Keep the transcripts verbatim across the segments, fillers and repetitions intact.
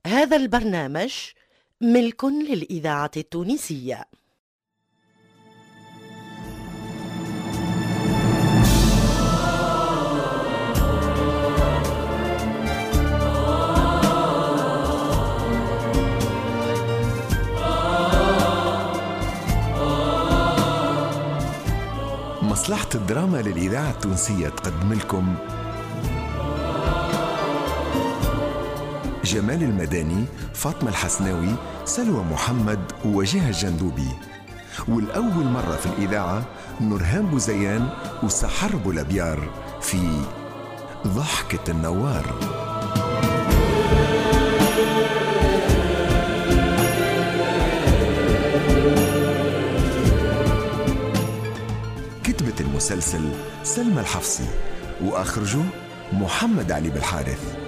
هذا البرنامج ملك للإذاعة التونسية. مصلحة الدراما للإذاعة التونسية تقدم لكم جمال المداني، فاطمة الحسناوي، سلوى محمد ووجيه الجندوبي. والأول مرة في الإذاعة نورهان بوزيان وسحر بولابيار في ضحكة النوار. كتبت المسلسل سلمى الحفصي وأخرجه محمد علي بالحارث.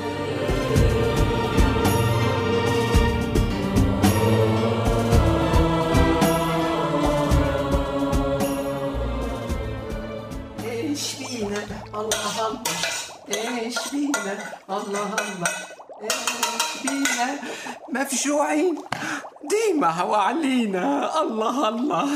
ايش بينا الله الله، ايش بينا الله الله، ايش بينا مفجوعين ديما هوا علينا الله الله.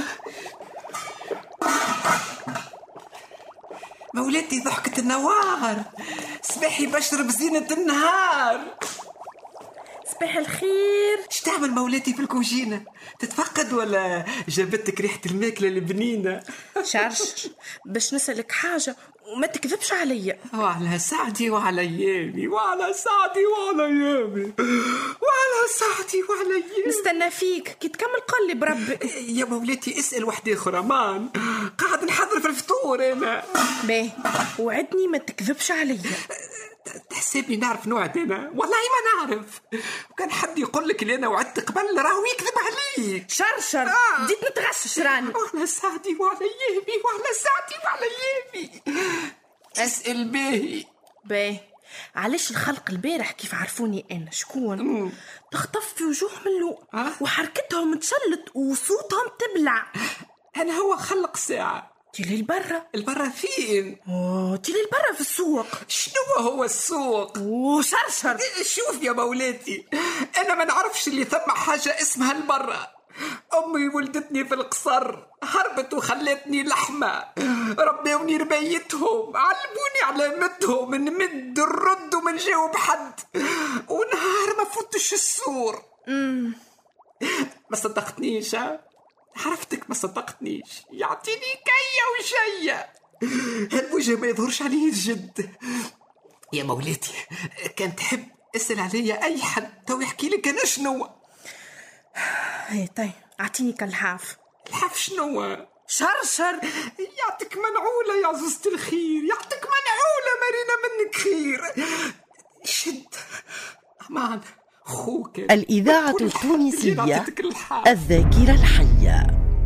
مولاتي ضحكة النوار، صباحي بشرب زينة النهار. صباح الخير. اش تعمل مولاتي في الكوجينة؟ تتفقد ولا جابتك ريحة الماكلة البنينة؟ شرش باش نسألك حاجة وما تكذبش عليا. وعلى سعدي وعلى ايامي، وعلى سعدي وعلى ايامي، وعلى سعدي وعلى ايامي. نستنى فيك كي تكمل قلي بربي. يا مولاتي اسأل وحدي خرمان، قاعد نحضر في الفطور انا. باهي وعدني ما تكذبش عليا. تحسبني نعرف نوعد انا؟ والله ما نعرف. وكان حد يقول لك اللي انا وعدت قبل راهو يكذب عليك. شرشر آه. بديت نتغشش راني. وعلى سعدي وعلى ايامي، وعلى سعدي وعلى ايامي. اسأل باهي. باهي علاش الخلق البارح كيف عرفوني انا شكون؟ مم. تخطف في وجوههم اللوء آه؟ وحركتهم تشلت وصوتهم تبلع. انا هو خلق ساعة. تيلي البرة. البرة فين؟ اوه تيلي البرة في السوق. شنو هو السوق؟ وشرشر. شوف يا مولاتي، انا ما نعرفش اللي ثم حاجة اسمها البرة. امي ولدتني في القصر، هربت وخلتني لحمة، ربيوني ربيتهم، علموني علامتهم، نمد الرد ومن جاوب حد، ونهار ما فوتش السور. امم ما صدقتنيش؟ ها عرفتك ما صدقتنيش. يعطيني كيا وشيا، هالوجه ما يظهرش عليه الجد. يا مولاتي كان تحب اسأل عليا اي حد تو يحكي لك انا شنو. هي طيب اعطيني كالحاف. الحاف شنو؟ شرشر. يعطيك منعولة يا عزوزة الخير، يعطيك منعولة مرينا منك خير. شد امان خوك. الإذاعة التونسية الذاكرة الحية.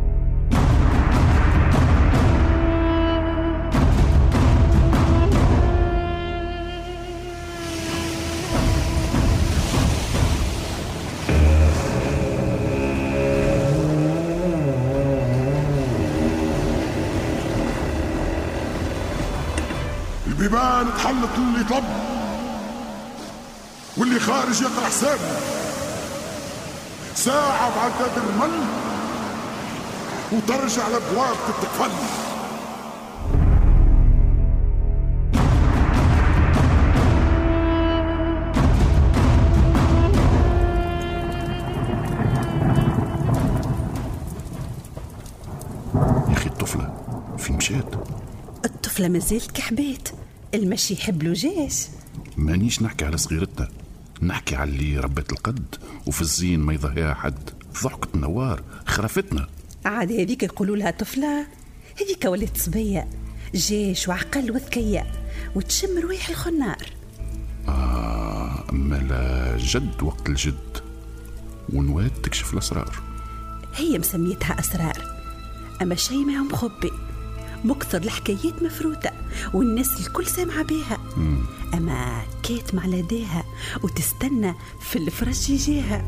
البيبان تحلت اللي طب واللي خارج يقرأ حسابه. ساعة بعداد الرمل وترجع الأبواب تتقفل. يا أخي الطفلة فين مشات؟ الطفلة مازالت كحبات، المشي يحب له جيش. مانيش نحكي على صغيرتها، نحكي على اللي ربت القد وفي الزين ما يضهيها حد. ضحكة النوار خرفتنا. عاد هذيك يقولوا لها طفلة، هذيك ولات صبية جيش وعقل وذكية وتشم روايح الخنار. آه أما لا جد وقت الجد ونواد تكشف الأسرار. هي مسميتها أسرار، أما شي ما هم مخبي، مكثر الحكايات مفروتة والناس الكل سامعة بيها. مم. أما كاتم على ديها وتستنى في الفرج يجيها.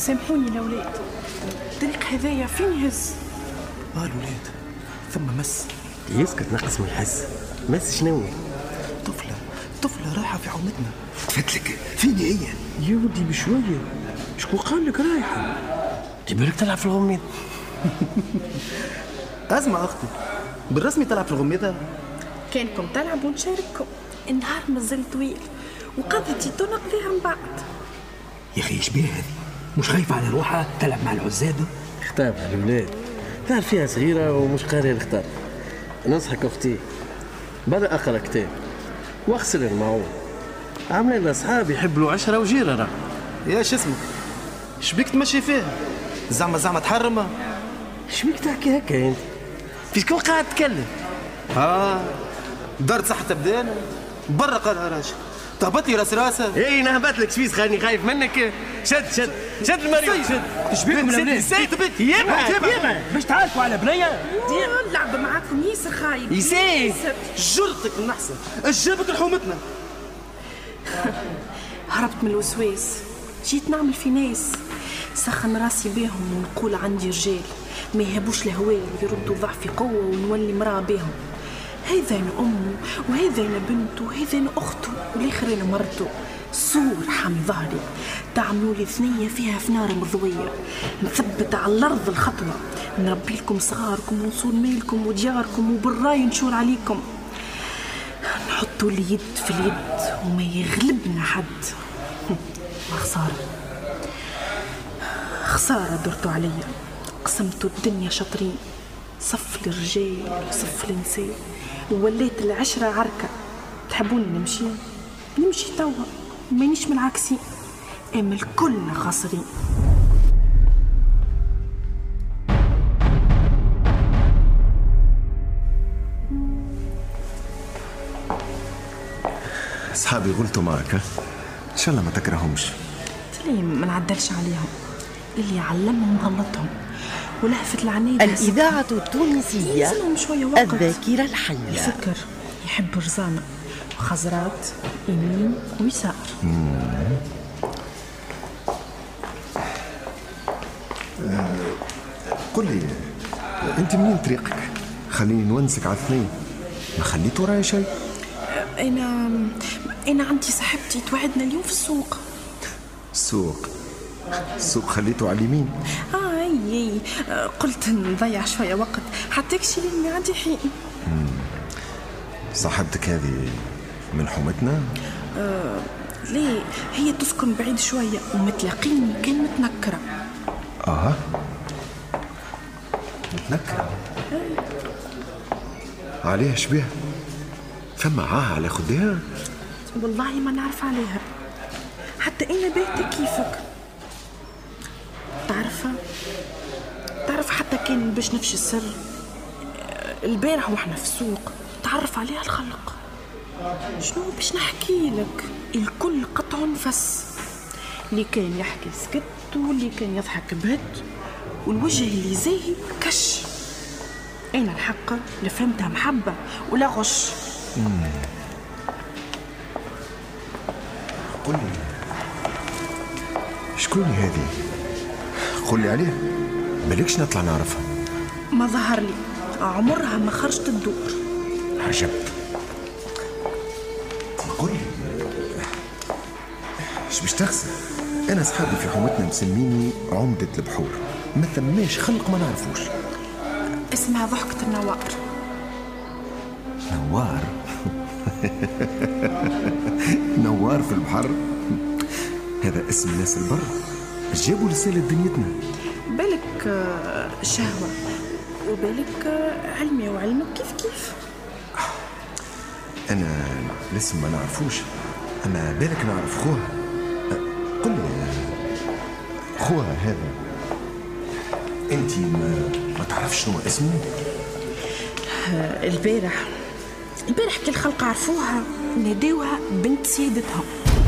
سامحوني الأولاد، الطريق هذايا فين يهز؟ اه الولاد ثم مس. يسكت نقص من الحس. مس شنو؟ طفلة طفلة رايحة في عومتنا. تفتلك فين هي؟ يا ودي بشوية، شكون قال لك رايحة؟ تبالك تلعب في الغميض. اسمع أختي، بالرسمي تلعب في الغميضة؟ كانكم تلعبوا نشارككم، النهار مازال طويل وقضيتي تنقضيها من بعد. يا أخي إيش بيه هذه؟ مش خايفة على روحها تلعب مع العزابة؟ اختار على الولاد، تعرف فيها صغيرة ومش قارية الختار. ننصحك أختي بدأ أقرأ كتاب واغسل المعون. عاملين أصحاب يحبوا عشرة وجيرة. راه يا شو اسمك؟ شبيك تمشي فيها؟ زعما زعما تحرمها؟ شبيك تحكي هكا انت؟ في شكون قاعد تتكلم؟ اه دار صحة بدانا برا قال راجل تهبط لي راس راسه. اي نهبط لك شبيس خاني خايف منك. شد شد شد المريض شد. شبيكم الاولاد؟ يبعد يبعد باش تعارفوا على بنيه. اللعبة معاكم ياسر خايب. يسير جرتك النحسة جابك لحومتنا. هربت من الوسواس، جيت نعمل في ناس سخن راسي بيهم ونقول عندي رجال ما يهبوش الهوال ويردوا ضعفي قوة ونولي مرأة بيهم. هذا أنا أمه وهذا أنا بنته وهذا أنا أخته والآخر أنا مرته. سور حامي ظهري تعملوا لي ثنية فيها فنارة مضوية، نثبت على الأرض الخطوة، نربي لكم صغاركم ونصون مالكم ودياركم وبالراي نشور عليكم، نحطوا لي يد في اليد وما يغلبنا حد. خسارة خسارة درتوا عليا، قسمتوا الدنيا شطرين، صف الرجال وصف النساء ووليت العشرة عركة. تحبوني نمشي نمشي توا مانيش من العكسين، اما الكلنا خاسرين. أصحابي غلطوا معك، إن شاء الله ما تكرههمش. تلي ما نعدلش عليهم، اللي علمهم غلطهم ولهفت العناية. الإذاعة التونسية الذاكرة الحية. الفكر يحب رزانة وخزرات يمين ويسار. آه قل لي أنت منين طريقك؟ خليني نونسك على الاثنين، ما خليت ورايا شيء. أنا أنا عندي صاحبتي توعدنا اليوم في السوق. السوق السوق خليته على اليمين. آه أي قلت نضيع شوية وقت حتى يكشي لي عندي حين. صاحبتك هذه من حومتنا؟ آه ليه، هي تسكن بعيد شوية ومتلاقيني كان متنكرة. آه متنكرة؟ عليها شبيه؟ ثم معاها على خدها؟ والله ما نعرف عليها، حتى أنا بيتي كيفك. تعرفها تعرف حتى كان باش نفشي السر البارح واحنا في السوق تعرف عليها الخلق. شنو باش نحكي لك، الكل قطع نفس، اللي كان يحكي سكت واللي كان يضحك بهت والوجه اللي زاهي كش. انا الحق اللي فهمتها محبة ولا غش. قل لي شكون هذه؟ قل لي عليها، مالكش نطلع نعرفها. ما ظهر لي، عمرها ما خرجت الدور. عجب. قل لي ايش باش تغسل؟ انا اصحابي في حومتنا مسميني عمدة البحور، ما ثماش خلق ما نعرفوش. اسمها ضحكة النوار. نوار؟ نوار في البحر؟ هذا اسم ناس البر، جابوا رسالة دنيتنا. بالك شهوة وبالك علمي وعلمك كيف كيف. أنا لسه ما نعرفوش، أما بالك نعرف خوها. قل لي خوها هذا أنت ما, ما تعرفش شنو اسمه؟ البارح البارح كل الخلق عرفوها نادوها بنت سيدتها.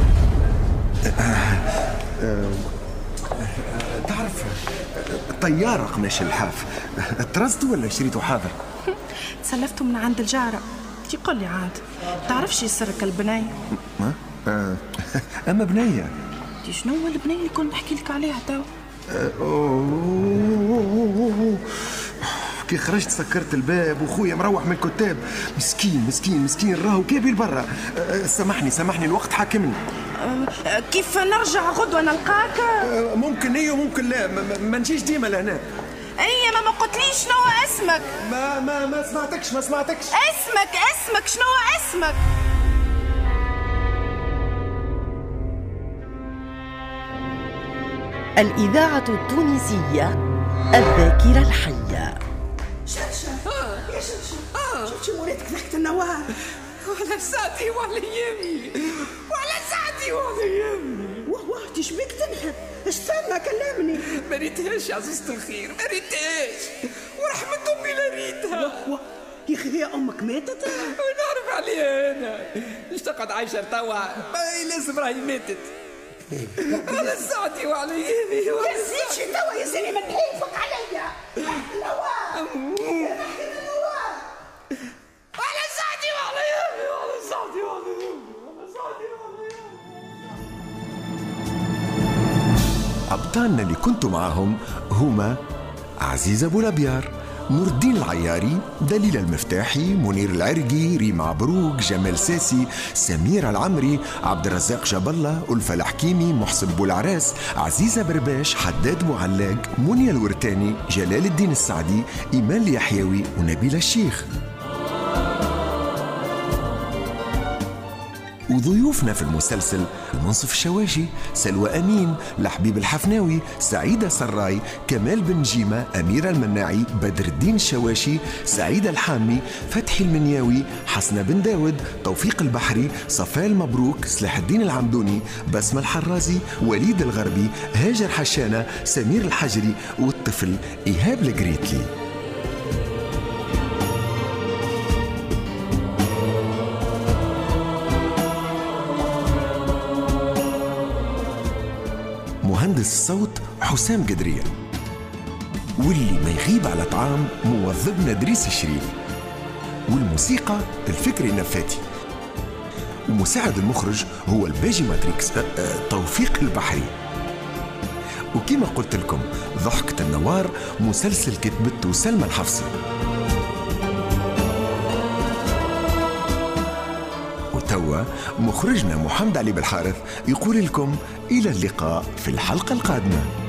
تعرف طيارة قماش الحاف، طرزته ولا شريته حاضر؟ تسلفته من عند الجارة. تقول لي عاد تعرفش يسرك البناية؟ ما؟ آه. أما بنية دي شنو البنية اللي كنت نحكي لك عليها تو؟ كي خرجت سكرت الباب وخويا مروح من الكتاب. مسكين مسكين مسكين راهو كابل برا. سامحني سامحني الوقت حاكمني. كيف نرجع غدوة نلقاك؟ ممكن ايه وممكن لا. ما نجيش ديما لهنا. اي ما ما قلتليش شنو اسمك؟ ما ما ما سمعتكش ما سمعتكش. اسمك اسمك شنو اسمك؟ الإذاعة التونسية الذاكرة الحية. شرشة يا شرشة شفتي مولاتك ضحكة النوار؟ وعلى ساعتي وعلى يمي وعلى ساعتي وعلى يمي. واه واه تشبيك تنحب؟ اش ثم كلمني. ما ريتهاش يا عزيزة الخير ما ريتهاش ورحمة أمي لا ريتها. واه واه يا أخي هي أمك ماتت؟ ونعرف عليها أنا مش تقعد عايشة توا لازم راهي ماتت. على ساعتي وعلى يمي يا زيدش توا يا زلمة نحيفك عليا. نوار نوار على ساعتي وعلى يمي على ساعتي وعلى يمي على ساعتي وعلى يمي. أبطالنا اللي كنتوا معهم هما عزيز أبو لبيار، نور الدين العياري، دليل المفتاحي، منير العرقي، ريما عبروك، جمال ساسي، سمير العمري، عبد الرزاق جاب الله، ألفة الحكيمي، محسن بولعراس، عزيزة برباش، حداد معلاق، منيا الورتاني، جلال الدين السعدي، إيمان اليحيوي ونبيل الشيخ. وضيوفنا في المسلسل المنصف الشواشي، سلوى أمين، لحبيب الحفناوي، سعيدة سراي، كمال بن جيمة، أميرة المناعي، بدر الدين الشواشي، سعيدة الحامي، فتحي المنياوي، حسنة بن داود، توفيق البحري، صفاء المبروك، سلاح الدين العمدوني، بسمة الحرازي، وليد الغربي، هاجر حشانة، سمير الحجري، والطفل إيهاب القريتلي. مهندس الصوت حسام قدرية، واللي ما يغيب على طعام موظفنا دريس الشريف، والموسيقى الفكري النفاتي، ومساعد المخرج هو الباجي ماتريكس توفيق البحري. وكما قلت لكم ضحكة النوار مسلسل كتبته سلمى الحفصي. وتوا مخرجنا محمد علي بالحارث يقول لكم إلى اللقاء في الحلقة القادمة.